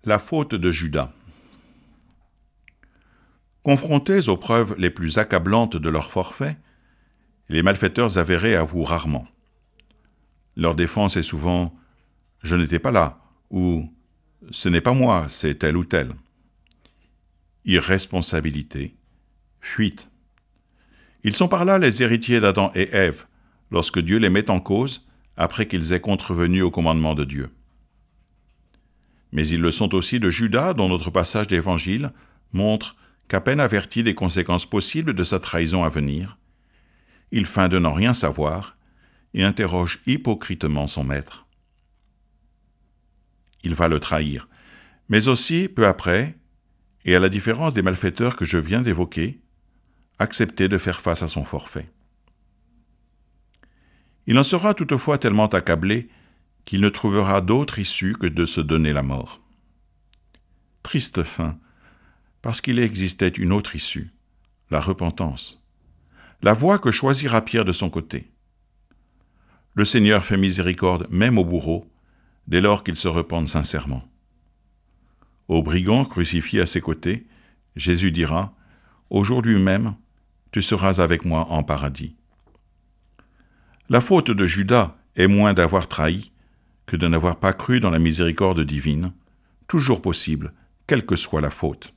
La faute de Judas. Confrontés aux preuves les plus accablantes de leur forfait, les malfaiteurs avérés avouent rarement. Leur défense est souvent « je n'étais pas là » ou « ce n'est pas moi, c'est tel ou tel ». Irresponsabilité, fuite. Ils sont par là les héritiers d'Adam et Ève, lorsque Dieu les met en cause après qu'ils aient contrevenu au commandement de Dieu. Mais ils le sont aussi de Judas, dont notre passage d'Évangile montre qu'à peine averti des conséquences possibles de sa trahison à venir, il feint de n'en rien savoir et interroge hypocritement son maître. Il va le trahir, mais aussi, peu après, et à la différence des malfaiteurs que je viens d'évoquer, accepter de faire face à son forfait. Il en sera toutefois tellement accablé qu'il ne trouvera d'autre issue que de se donner la mort. Triste fin, parce qu'il existait une autre issue, la repentance, la voie que choisira Pierre de son côté. Le Seigneur fait miséricorde même aux bourreaux, dès lors qu'ils se repentent sincèrement. Au brigand crucifié à ses côtés, Jésus dira « Aujourd'hui même, tu seras avec moi en paradis ». La faute de Judas est moins d'avoir trahi que de n'avoir pas cru dans la miséricorde divine, toujours possible, quelle que soit la faute.